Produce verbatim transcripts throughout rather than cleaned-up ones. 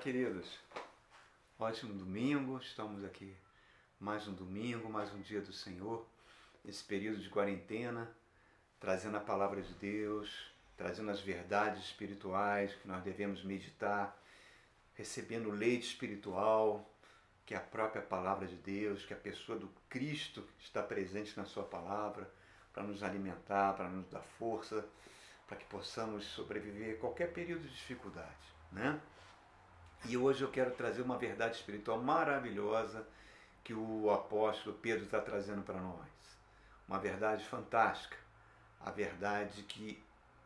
queridos? Ótimo domingo, estamos aqui mais um domingo, mais um dia do Senhor, esse período de quarentena, trazendo a palavra de Deus, trazendo as verdades espirituais que nós devemos meditar, recebendo leite espiritual, que é a própria palavra de Deus, que a pessoa do Cristo está presente na sua palavra, para nos alimentar, para nos dar força, para que possamos sobreviver a qualquer período de dificuldade, né? E hoje eu quero trazer uma verdade espiritual maravilhosa que o apóstolo Pedro está trazendo para nós. Uma verdade fantástica. A verdade que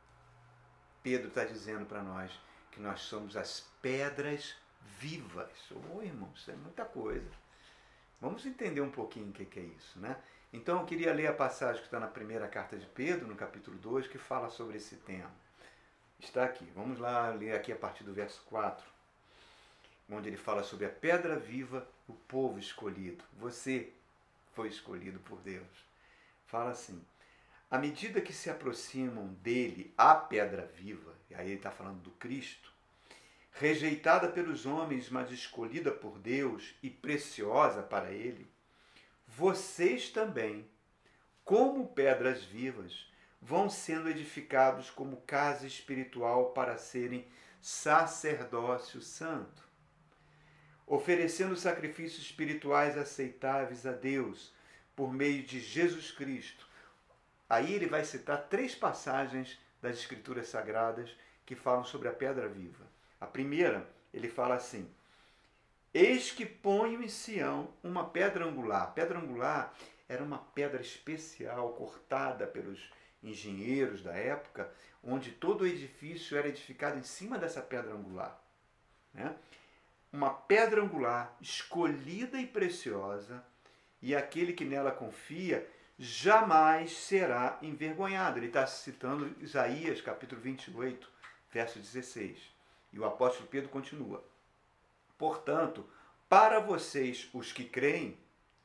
Pedro está dizendo para nós, que nós somos as pedras vivas. Ô, irmãos, isso é muita coisa. Vamos entender um pouquinho o que é isso, né? Então eu queria ler a passagem que está na primeira carta de Pedro, no capítulo dois, que fala sobre esse tema. Está aqui. Vamos lá ler aqui a partir do verso quatro. Onde ele fala sobre a pedra viva, o povo escolhido. Você foi escolhido por Deus. Fala assim: à medida que se aproximam dele a pedra viva, e aí ele está falando do Cristo, rejeitada pelos homens, mas escolhida por Deus e preciosa para ele, vocês também, como pedras vivas, vão sendo edificados como casa espiritual para serem sacerdócio santo, oferecendo sacrifícios espirituais aceitáveis a Deus por meio de Jesus Cristo. Aí ele vai citar três passagens das Escrituras Sagradas que falam sobre a pedra viva. A primeira, ele fala assim: eis que ponho em Sião uma pedra angular. A pedra angular era uma pedra especial cortada pelos engenheiros da época, onde todo o edifício era edificado em cima dessa pedra angular, né? Uma pedra angular escolhida e preciosa, e aquele que nela confia jamais será envergonhado. Ele está citando Isaías capítulo vinte e oito, verso dezesseis. E o apóstolo Pedro continua: portanto, para vocês, os que creem,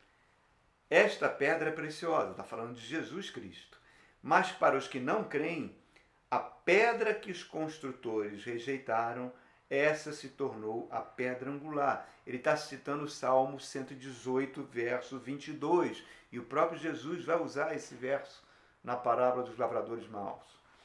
esta pedra é preciosa. Está falando de Jesus Cristo. Mas para os que não creem, a pedra que os construtores rejeitaram, essa se tornou a pedra angular. Ele está citando o Salmo cento e dezoito, verso vinte e dois. E o próprio Jesus vai usar esse verso na parábola dos lavradores maus.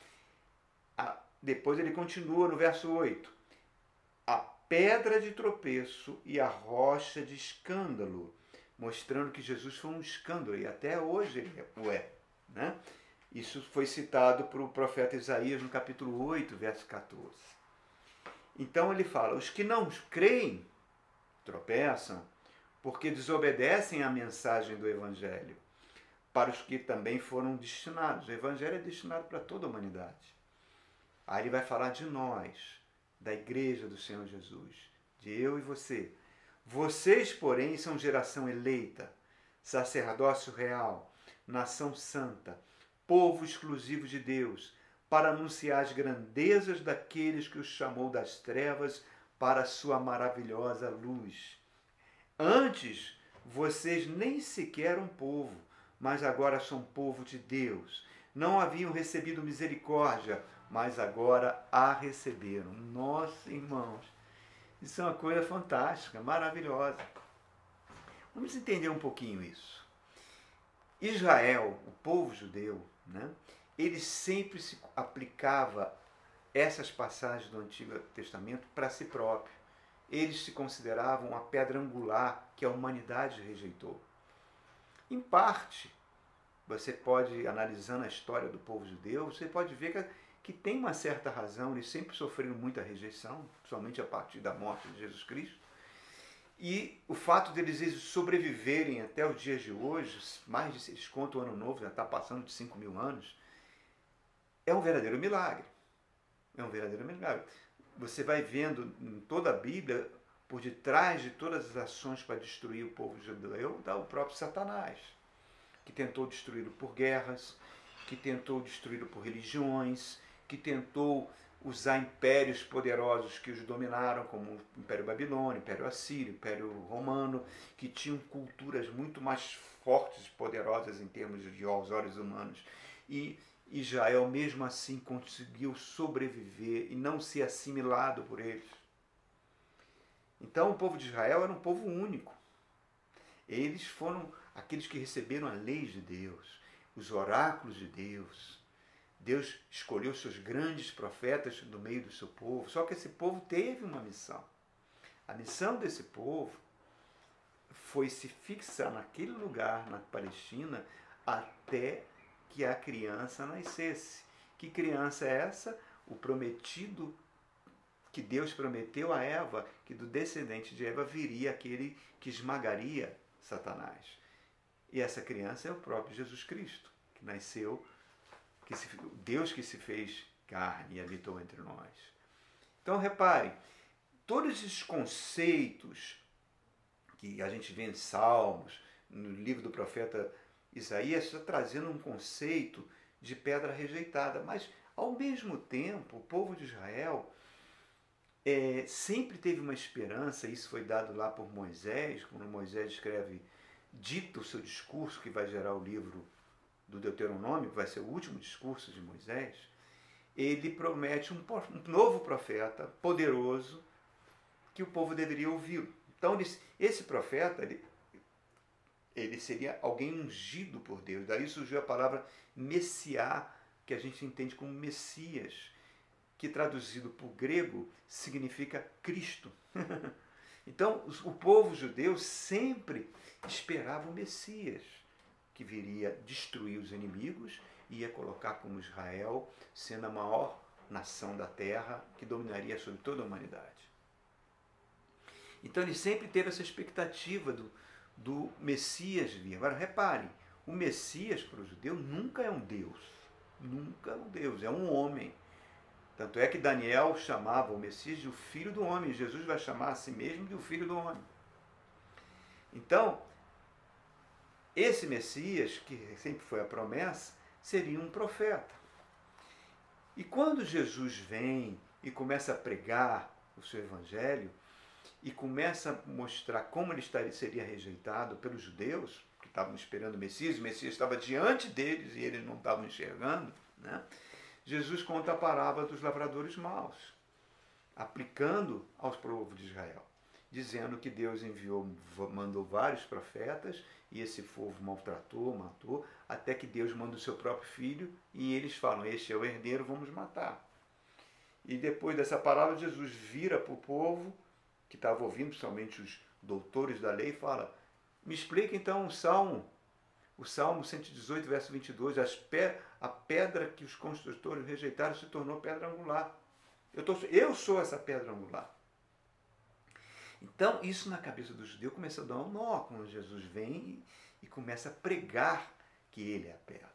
Ah, depois ele continua no verso oito. A pedra de tropeço e a rocha de escândalo, mostrando que Jesus foi um escândalo, e até hoje ele o é, né? Isso foi citado para o profeta Isaías no capítulo oito, verso quatorze. Então ele fala: os que não creem tropeçam porque desobedecem à mensagem do Evangelho, para os que também foram destinados. O Evangelho é destinado para toda a humanidade. Aí ele vai falar de nós, da igreja do Senhor Jesus, de eu e você. Vocês, porém, são geração eleita, sacerdócio real, nação santa, povo exclusivo de Deus, para anunciar as grandezas daqueles que os chamou das trevas para a sua maravilhosa luz. Antes, vocês nem sequer eram povo, mas agora são povo de Deus. Não haviam recebido misericórdia, mas agora a receberam. Nossa, irmãos, isso é uma coisa fantástica, maravilhosa. Vamos entender um pouquinho isso. Israel, o povo judeu, né? Ele sempre se aplicava essas passagens do Antigo Testamento para si próprio. Eles se consideravam a pedra angular que a humanidade rejeitou. Em parte, você pode, analisando a história do povo judeu, você pode ver que, que tem uma certa razão, eles sempre sofreram muita rejeição, principalmente a partir da morte de Jesus Cristo. E o fato deles sobreviverem até os dias de hoje, mais de, eles contam o ano novo, já está passando de cinco mil anos, é um verdadeiro milagre. É um verdadeiro milagre. Você vai vendo em toda a Bíblia, por detrás de todas as ações para destruir o povo judeu, está o próprio Satanás, que tentou destruí-lo por guerras, que tentou destruí-lo por religiões, que tentou usar impérios poderosos que os dominaram, como o Império Babilônico, o Império Assírio, o Império Romano, que tinham culturas muito mais fortes e poderosas em termos de aos olhos humanos. E Israel, mesmo assim, conseguiu sobreviver e não ser assimilado por eles. Então o povo de Israel era um povo único. Eles foram aqueles que receberam a lei de Deus, os oráculos de Deus. Deus escolheu seus grandes profetas no meio do seu povo. Só que esse povo teve uma missão. A missão desse povo foi se fixar naquele lugar, na Palestina, até que a criança nascesse. Que criança é essa? O prometido que Deus prometeu a Eva, que do descendente de Eva viria aquele que esmagaria Satanás. E essa criança é o próprio Jesus Cristo, que nasceu, que se, Deus que se fez carne e habitou entre nós. Então repare, todos esses conceitos que a gente vê em Salmos, no livro do profeta Isaías, está trazendo um conceito de pedra rejeitada. Mas, ao mesmo tempo, o povo de Israel é, sempre teve uma esperança. Isso foi dado lá por Moisés, quando Moisés escreve, dita o seu discurso, que vai gerar o livro do Deuteronômio, que vai ser o último discurso de Moisés. Ele promete um, um novo profeta poderoso que o povo deveria ouvi-lo. Então, esse profeta, ele, ele seria alguém ungido por Deus. Daí surgiu a palavra Messiá, que a gente entende como Messias, que traduzido para o grego significa Cristo. Então, o povo judeu sempre esperava o Messias, que viria destruir os inimigos e ia colocar como Israel sendo a maior nação da terra, que dominaria sobre toda a humanidade. Então ele sempre teve essa expectativa do, do Messias vir. Agora reparem, o Messias para o judeu nunca é um Deus. Nunca é um Deus, é um homem. Tanto é que Daniel chamava o Messias de o Filho do Homem. Jesus vai chamar a si mesmo de o Filho do Homem. Então, esse Messias, que sempre foi a promessa, seria um profeta. E quando Jesus vem e começa a pregar o seu evangelho, e começa a mostrar como ele estaria, seria rejeitado pelos judeus, que estavam esperando o Messias, o Messias estava diante deles e eles não estavam enxergando, né? Jesus conta a parábola dos lavradores maus, aplicando aos povos de Israel, dizendo que Deus enviou, mandou vários profetas, e esse povo maltratou, matou, até que Deus manda o seu próprio filho, e eles falam, este é o herdeiro, vamos matar. E depois dessa palavra, Jesus vira para o povo, que estava ouvindo, principalmente os doutores da lei, fala, me explica então o Salmo, o Salmo cento e dezoito, verso vinte e dois, as pe a pedra que os construtores rejeitaram se tornou pedra angular. Eu, tô, eu sou essa pedra angular. Então, isso na cabeça do judeu começa a dar um nó, quando Jesus vem e, e começa a pregar que ele é a pedra.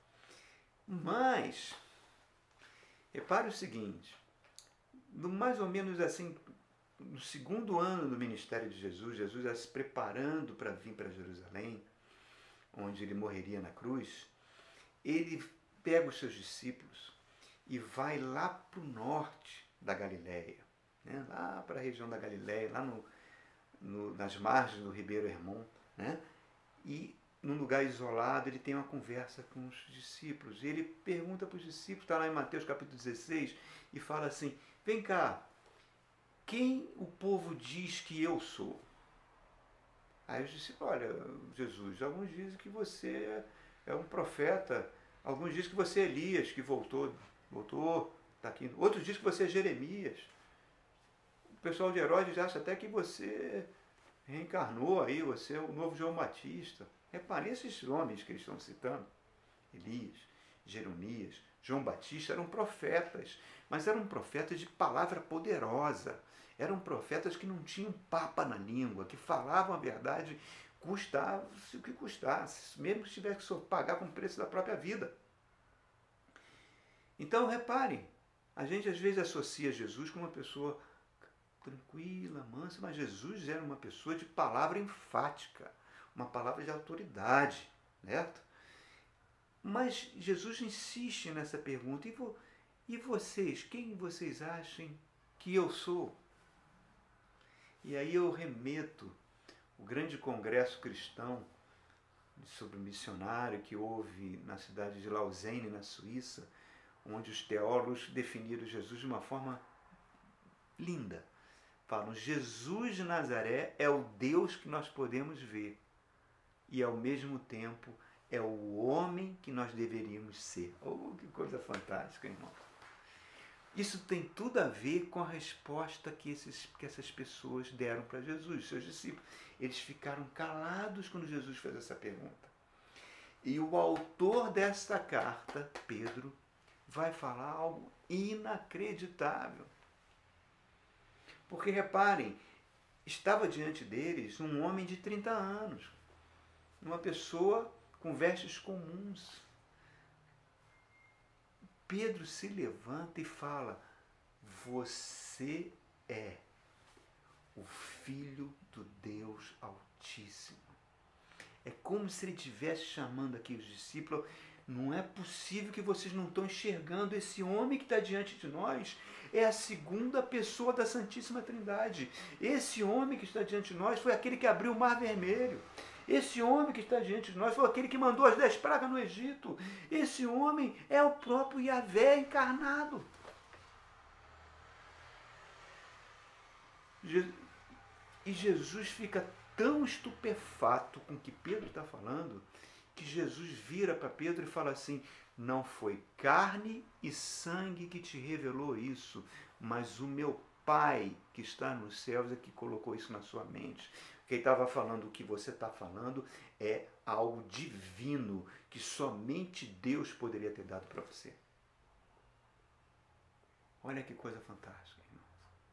Mas, repare o seguinte, no mais ou menos assim, no segundo ano do ministério de Jesus, Jesus já se preparando para vir para Jerusalém, onde ele morreria na cruz, ele pega os seus discípulos e vai lá para o norte da Galileia, né? Lá para a região da Galileia, lá no, no, nas margens do Ribeiro Hermon, né? E num lugar isolado ele tem uma conversa com os discípulos, e ele pergunta para os discípulos, está lá em Mateus capítulo dezesseis, e fala assim, vem cá, quem o povo diz que eu sou? Aí os discípulos, olha, Jesus, alguns dizem que você é um profeta, alguns dizem que você é Elias, que voltou, voltou, está aqui. Outros dizem que você é Jeremias. O pessoal de Herodes acha até que você reencarnou aí, você é o novo João Batista. Reparem, esses nomes que eles estão citando, Elias, Jeremias, João Batista, eram profetas, mas eram profetas de palavra poderosa. Eram profetas que não tinham papa na língua, que falavam a verdade, custasse o que custasse, mesmo que tivesse que pagar com o preço da própria vida. Então, reparem, a gente às vezes associa Jesus com uma pessoa tranquila, mansa, mas Jesus era uma pessoa de palavra enfática, uma palavra de autoridade, certo? Mas Jesus insiste nessa pergunta, e, vo, e vocês, quem vocês acham que eu sou? E aí eu remeto o grande congresso cristão sobre o missionário que houve na cidade de Lausanne, na Suíça, onde os teólogos definiram Jesus de uma forma linda. falam, Jesus de Nazaré é o Deus que nós podemos ver e ao mesmo tempo é o homem que nós deveríamos ser. Oh, que coisa fantástica, irmão. Isso tem tudo a ver com a resposta que, esses, que essas pessoas deram para Jesus, seus discípulos. Eles ficaram calados quando Jesus fez essa pergunta. E o autor desta carta, Pedro, vai falar algo inacreditável. Porque, reparem, estava diante deles um homem de trinta anos, uma pessoa com vestes comuns. Pedro se levanta e fala, você é o Filho do Deus Altíssimo. É como se ele estivesse chamando aqui os discípulos, não é possível que vocês não estão enxergando esse homem que está diante de nós, é a segunda pessoa da Santíssima Trindade. Esse homem que está diante de nós foi aquele que abriu o Mar Vermelho. Esse homem que está diante de nós foi aquele que mandou as dez pragas no Egito. Esse homem é o próprio Yahvé encarnado. E Jesus fica tão estupefato com o que Pedro está falando, que Jesus vira para Pedro e fala assim, não foi carne e sangue que te revelou isso, mas o meu Pai que está nos céus é que colocou isso na sua mente. Quem estava falando o que você está falando é algo divino que somente Deus poderia ter dado para você. Olha que coisa fantástica, irmãos.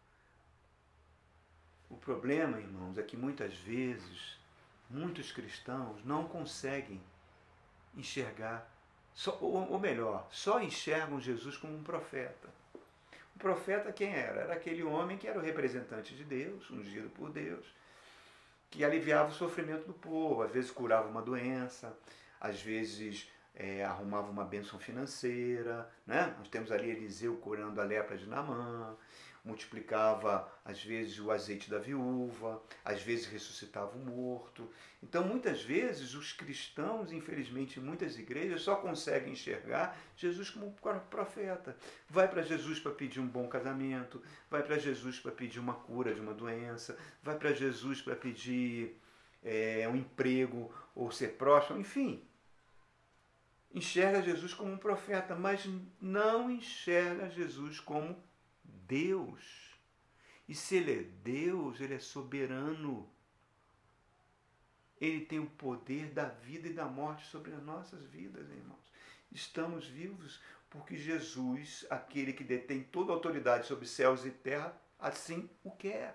O problema, irmãos, é que muitas vezes muitos cristãos não conseguem enxergar, só, ou, ou melhor, só enxergam Jesus como um profeta. O profeta quem era? Era aquele homem que era o representante de Deus, ungido por Deus, que aliviava o sofrimento do povo, às vezes curava uma doença, às vezes é, arrumava uma bênção financeira, né? Nós temos ali Eliseu curando a lepra de Naamã, multiplicava às vezes o azeite da viúva, às vezes ressuscitava o morto. Então muitas vezes os cristãos, infelizmente em muitas igrejas, só conseguem enxergar Jesus como um profeta. Vai para Jesus para pedir um bom casamento, vai para Jesus para pedir uma cura de uma doença, vai para Jesus para pedir é, um emprego ou ser próspero, enfim. Enxerga Jesus como um profeta, mas não enxerga Jesus como Deus. E se ele é Deus, ele é soberano. Ele tem o poder da vida e da morte sobre as nossas vidas, irmãos. Estamos vivos porque Jesus, aquele que detém toda a autoridade sobre céus e terra, assim o quer.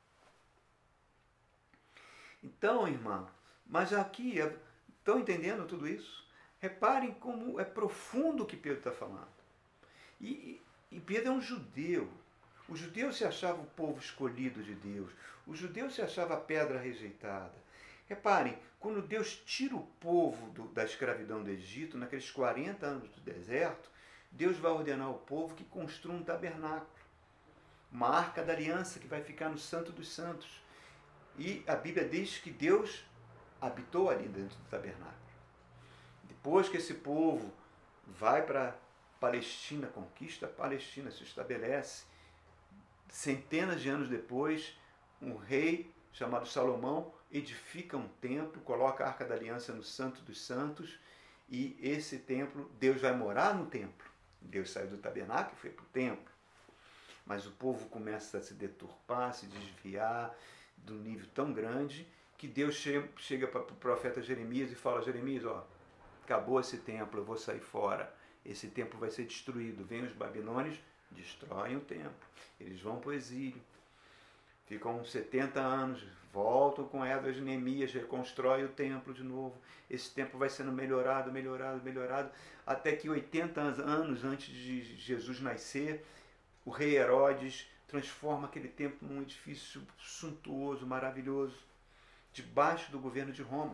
Então, irmão, mas aqui, estão entendendo tudo isso? Reparem como é profundo o que Pedro está falando. E, e Pedro é um judeu. O judeu se achava o povo escolhido de Deus. O judeu se achava a pedra rejeitada. Reparem, quando Deus tira o povo do, da escravidão do Egito, naqueles quarenta anos do deserto, Deus vai ordenar ao povo que construa um tabernáculo. Uma arca da aliança que vai ficar no Santo dos Santos. E a Bíblia diz que Deus habitou ali dentro do tabernáculo. Depois que esse povo vai para a Palestina, conquista a Palestina, se estabelece, centenas de anos depois, um rei chamado Salomão edifica um templo, coloca a Arca da Aliança no Santo dos Santos, e esse templo, Deus vai morar no templo. Deus saiu do tabernáculo e foi para o templo. Mas o povo começa a se deturpar, a se desviar de um nível tão grande, que Deus chega para o profeta Jeremias e fala, Jeremias, ó, acabou esse templo, eu vou sair fora. Esse templo vai ser destruído. Vêm os babilônios, destroem o templo. Eles vão para o exílio. Ficam setenta anos, voltam com Esdras e Neemias, reconstrói o templo de novo. Esse templo vai sendo melhorado, melhorado, melhorado, até que oitenta anos antes de Jesus nascer, o rei Herodes transforma aquele templo num edifício suntuoso, maravilhoso, debaixo do governo de Roma.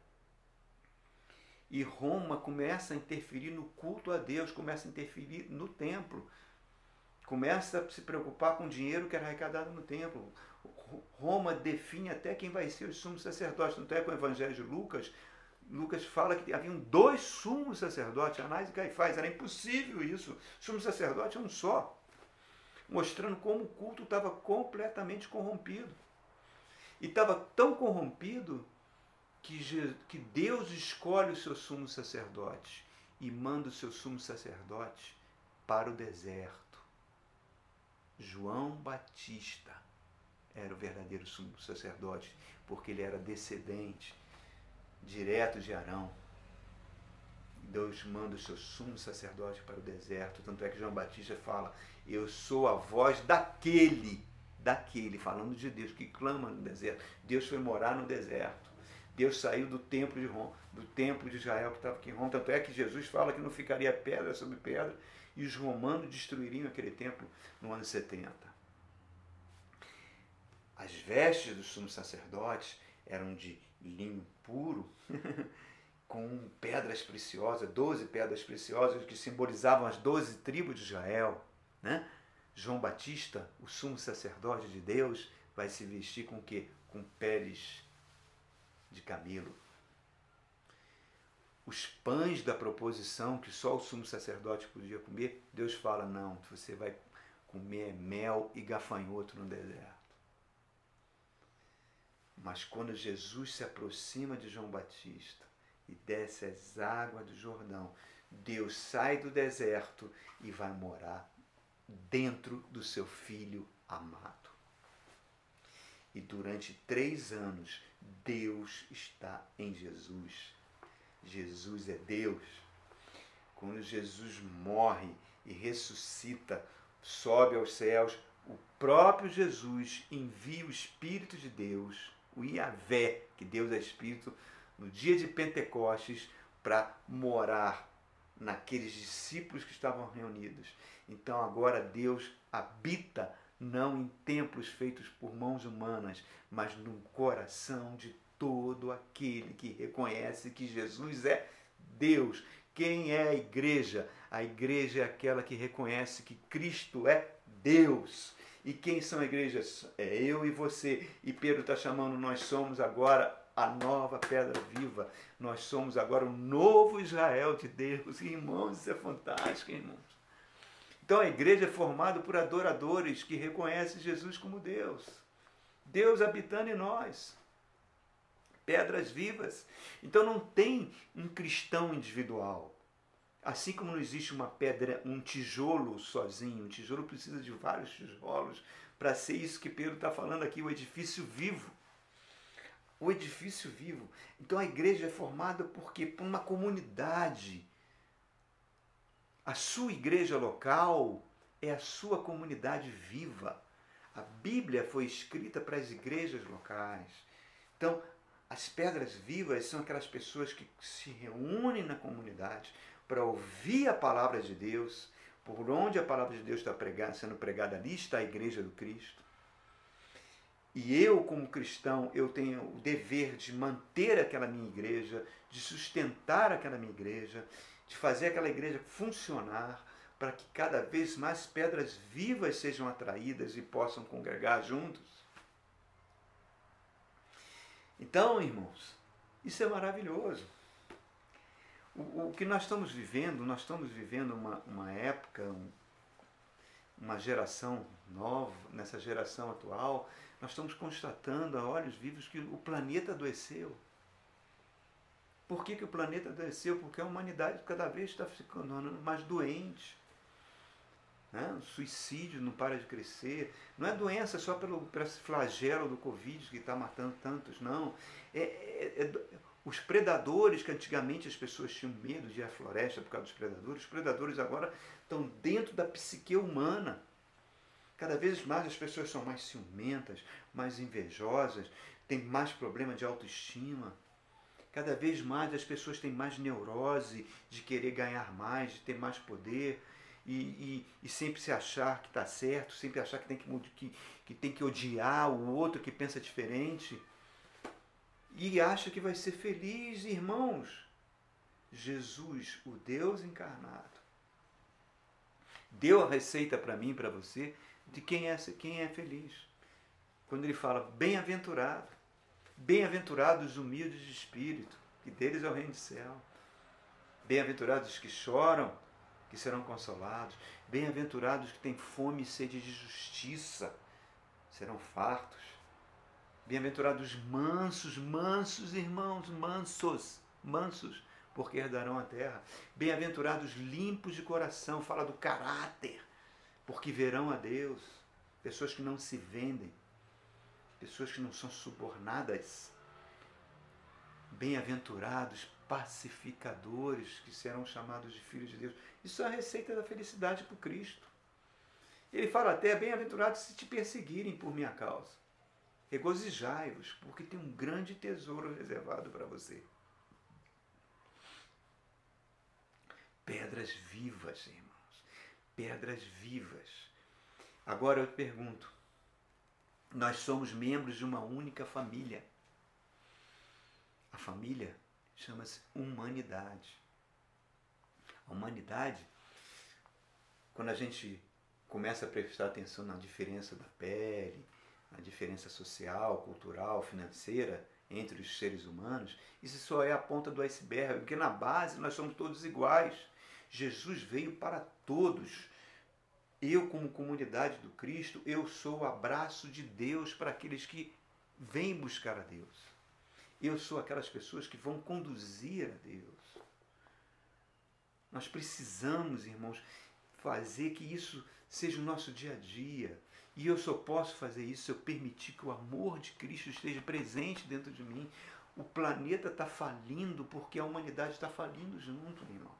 E Roma começa a interferir no culto a Deus, começa a interferir no templo. Começa a se preocupar com o dinheiro que era arrecadado no templo. Roma define até quem vai ser os sumos sacerdotes. Não é com o Evangelho de Lucas. Lucas fala que haviam dois sumos sacerdotes, Anás e Caifás. Era impossível isso. O sumo sacerdote é um só. mostrando como o culto estava completamente corrompido. E estava tão corrompido que, que Deus escolhe o seu sumo sacerdote e manda o seu sumo sacerdote para o deserto. João Batista era o verdadeiro sumo sacerdote, porque ele era descendente direto de Arão. Deus manda o seu sumo sacerdote para o deserto. Tanto é que João Batista fala: eu sou a voz daquele, daquele, falando de Deus, que clama no deserto. Deus foi morar no deserto. Deus saiu do templo de Roma, do templo de Israel que estava aqui em Roma. Tanto é que Jesus fala que não ficaria pedra sobre pedra e os romanos destruiriam aquele templo no ano setenta. As vestes dos sumos sacerdotes eram de linho puro, com pedras preciosas, doze pedras preciosas que simbolizavam as doze tribos de Israel, né? João Batista, o sumo sacerdote de Deus, vai se vestir com o quê? Com peles de camelo. Os pães da proposição, que só o sumo sacerdote podia comer, Deus fala: não, você vai comer mel e gafanhoto no deserto. Mas quando Jesus se aproxima de João Batista e desce as águas do Jordão, Deus sai do deserto e vai morar dentro do seu Filho amado. E durante três anos, Deus está em Jesus. Jesus é Deus. Quando Jesus morre e ressuscita, sobe aos céus, o próprio Jesus envia o Espírito de Deus, o Iavé, que Deus é Espírito, no dia de Pentecostes, para morar naqueles discípulos que estavam reunidos. Então agora Deus habita não em templos feitos por mãos humanas, mas no coração de todo aquele que reconhece que Jesus é Deus. Quem é a igreja? A igreja é aquela que reconhece que Cristo é Deus. E quem são igrejas? É eu e você. E Pedro está chamando, nós somos agora a nova pedra viva. Nós somos agora o novo Israel de Deus. Irmãos, isso é fantástico, irmãos. Então a igreja é formada por adoradores que reconhecem Jesus como Deus. Deus habitando em nós. Pedras vivas. Então não tem um cristão individual. Assim como não existe uma pedra, um tijolo sozinho. Um tijolo precisa de vários tijolos para ser isso que Pedro está falando aqui, o edifício vivo. O edifício vivo. Então a igreja é formada por quê? Por uma comunidade. A sua igreja local é a sua comunidade viva. A Bíblia foi escrita para as igrejas locais. Então, as pedras vivas são aquelas pessoas que se reúnem na comunidade para ouvir a palavra de Deus. Por onde a palavra de Deus está pregada, sendo pregada, ali está a igreja do Cristo. E eu, como cristão, eu tenho o dever de manter aquela minha igreja, de sustentar aquela minha igreja, de fazer aquela igreja funcionar, para que cada vez mais pedras vivas sejam atraídas e possam congregar juntos. Então, irmãos, isso é maravilhoso. O, o que nós estamos vivendo, nós estamos vivendo uma, uma época, um, uma geração nova, nessa geração atual, nós estamos constatando a olhos vivos que o planeta adoeceu. Por que, que o planeta adoeceu? Porque a humanidade cada vez está ficando mais doente. Né? O suicídio não para de crescer. Não é doença só pelo, pelo flagelo do Covid que está matando tantos, não. É, é, é, os predadores, que antigamente as pessoas tinham medo de ir à floresta por causa dos predadores, os predadores agora estão dentro da psique humana. Cada vez mais as pessoas são mais ciumentas, mais invejosas, têm mais problema de autoestima. Cada vez mais as pessoas têm mais neurose de querer ganhar mais, de ter mais poder e, e, e sempre se achar que está certo, sempre achar que tem que, que, que tem que odiar o outro que pensa diferente e acha que vai ser feliz, irmãos. Jesus, o Deus encarnado, deu a receita para mim e para você de quem é, quem é feliz. Quando ele fala, bem-aventurado, bem-aventurados os humildes de espírito, que deles é o reino do céu. Bem-aventurados os que choram, que serão consolados. Bem-aventurados que têm fome e sede de justiça, serão fartos. Bem-aventurados mansos, mansos irmãos, mansos, mansos, porque herdarão a terra. Bem-aventurados limpos de coração, fala do caráter, porque verão a Deus. Pessoas que não se vendem, pessoas que não são subornadas. Bem-aventurados pacificadores, que serão chamados de filhos de Deus. Isso é a receita da felicidade por Cristo. Ele fala até, bem-aventurados se te perseguirem por minha causa. Regozijai-vos, porque tem um grande tesouro reservado para você. Pedras vivas, irmãos. Pedras vivas. Agora eu te pergunto, nós somos membros de uma única família. A família chama-se humanidade. A humanidade, quando a gente começa a prestar atenção na diferença da pele, na diferença social, cultural, financeira entre os seres humanos, isso só é a ponta do iceberg, porque na base nós somos todos iguais. Jesus veio para todos. Eu, como comunidade do Cristo, eu sou o abraço de Deus para aqueles que vêm buscar a Deus. Eu sou aquelas pessoas que vão conduzir a Deus. Nós precisamos, irmãos, fazer que isso seja o nosso dia a dia. E eu só posso fazer isso se eu permitir que o amor de Cristo esteja presente dentro de mim. O planeta está falindo porque a humanidade está falindo junto, irmãos.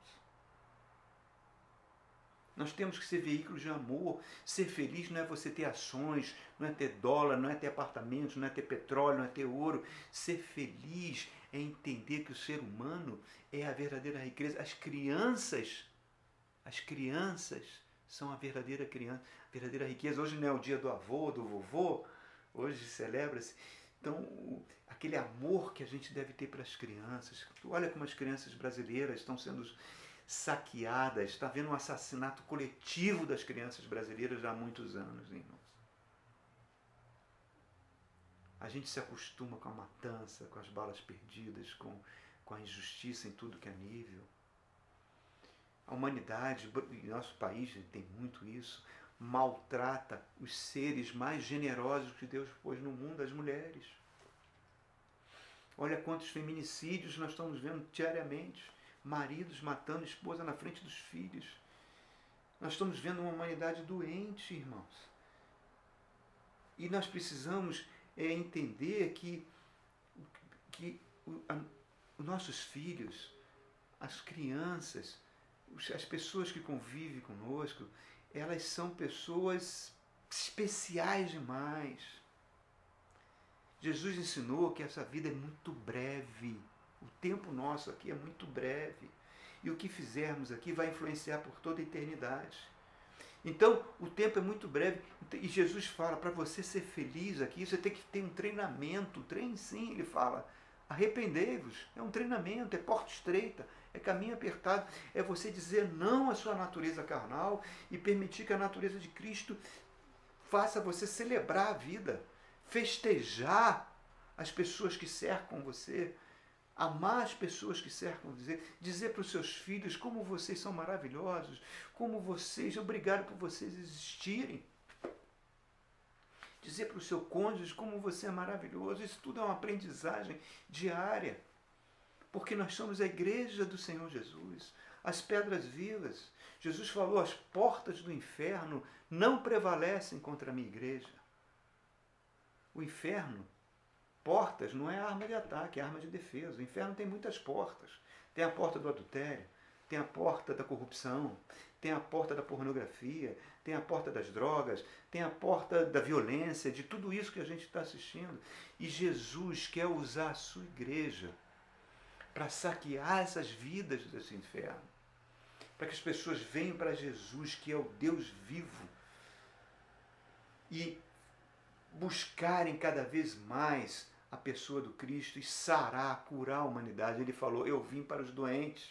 Nós temos que ser veículos de amor. Ser feliz não é você ter ações, não é ter dólar, não é ter apartamentos, não é ter petróleo, não é ter ouro. Ser feliz é entender que o ser humano é a verdadeira riqueza. As crianças, as crianças são a verdadeira criança, a verdadeira riqueza. Hoje não é o dia do avô, do vovô, hoje celebra-se. Então, o, aquele amor que a gente deve ter para as crianças. Olha como as crianças brasileiras estão sendo saqueadas, está havendo um assassinato coletivo das crianças brasileiras já há muitos anos, irmãos. A gente se acostuma com a matança, com as balas perdidas, com, com a injustiça em tudo que é nível. A humanidade, em nosso país tem muito isso, maltrata os seres mais generosos que Deus pôs no mundo, as mulheres. Olha quantos feminicídios nós estamos vendo diariamente. Maridos matando a esposa na frente dos filhos. Nós estamos vendo uma humanidade doente, irmãos. E nós precisamos é, entender que, que o, a, os nossos filhos, as crianças, as pessoas que convivem conosco, elas são pessoas especiais demais. Jesus ensinou que essa vida é muito breve. O tempo nosso aqui é muito breve. E o que fizermos aqui vai influenciar por toda a eternidade. Então, o tempo é muito breve. E Jesus fala, para você ser feliz aqui, você tem que ter um treinamento. Treine sim, ele fala. Arrependei-vos. É um treinamento, é porta estreita, é caminho apertado. É você dizer não à sua natureza carnal e permitir que a natureza de Cristo faça você celebrar a vida, festejar as pessoas que cercam você, amar as pessoas que cercam você, dizer para os seus filhos como vocês são maravilhosos, como vocês, obrigado por vocês existirem. Dizer para o seu cônjuge como você é maravilhoso. Isso tudo é uma aprendizagem diária. Porque nós somos a igreja do Senhor Jesus, as pedras vivas. Jesus falou, as portas do inferno não prevalecem contra a minha igreja. O inferno, portas, não é arma de ataque, é arma de defesa. O inferno tem muitas portas. Tem a porta do adultério, tem a porta da corrupção, tem a porta da pornografia, tem a porta das drogas, tem a porta da violência, de tudo isso que a gente está assistindo. E Jesus quer usar a sua igreja para saquear essas vidas desse inferno. Para que as pessoas venham para Jesus, que é o Deus vivo, e buscarem cada vez mais a pessoa do Cristo e sarar, curar a humanidade. Ele falou, eu vim para os doentes.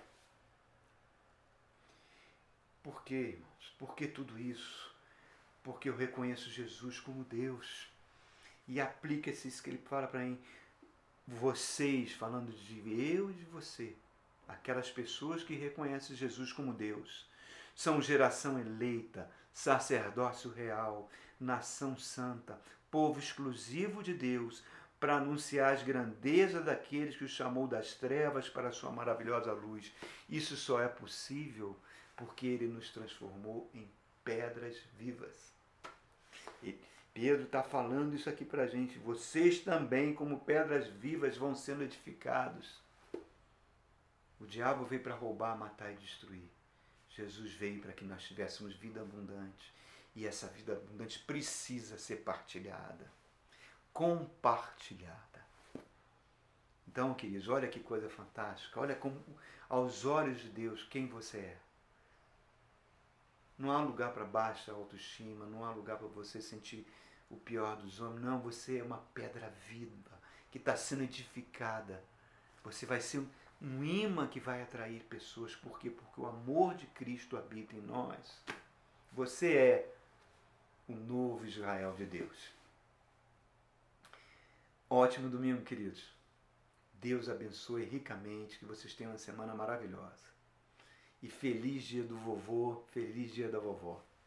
Por quê, irmãos? Por que tudo isso? Porque eu reconheço Jesus como Deus. E aplica-se isso que ele fala para mim. Vocês, falando de eu e de você, aquelas pessoas que reconhecem Jesus como Deus, São geração eleita, sacerdócio real, nação santa, povo exclusivo de Deus, para anunciar as grandezas daqueles que os chamou das trevas para a sua maravilhosa luz. Isso só é possível porque ele nos transformou em pedras vivas. E Pedro está falando isso aqui para a gente. Vocês também, como pedras vivas, vão sendo edificados. O diabo veio para roubar, matar e destruir. Jesus veio para que nós tivéssemos vida abundante. E essa vida abundante precisa ser partilhada. Compartilhada. Então, queridos, olha que coisa fantástica. Olha como, aos olhos de Deus, quem você é. Não há lugar para baixa autoestima, não há lugar para você sentir o pior dos homens. Não, você é uma pedra viva que está sendo edificada. Você vai ser um, um imã que vai atrair pessoas. Por quê? Porque o amor de Cristo habita em nós. Você é o novo Israel de Deus. Ótimo domingo, queridos. Deus abençoe ricamente, que vocês tenham uma semana maravilhosa. E feliz dia do vovô, feliz dia da vovó.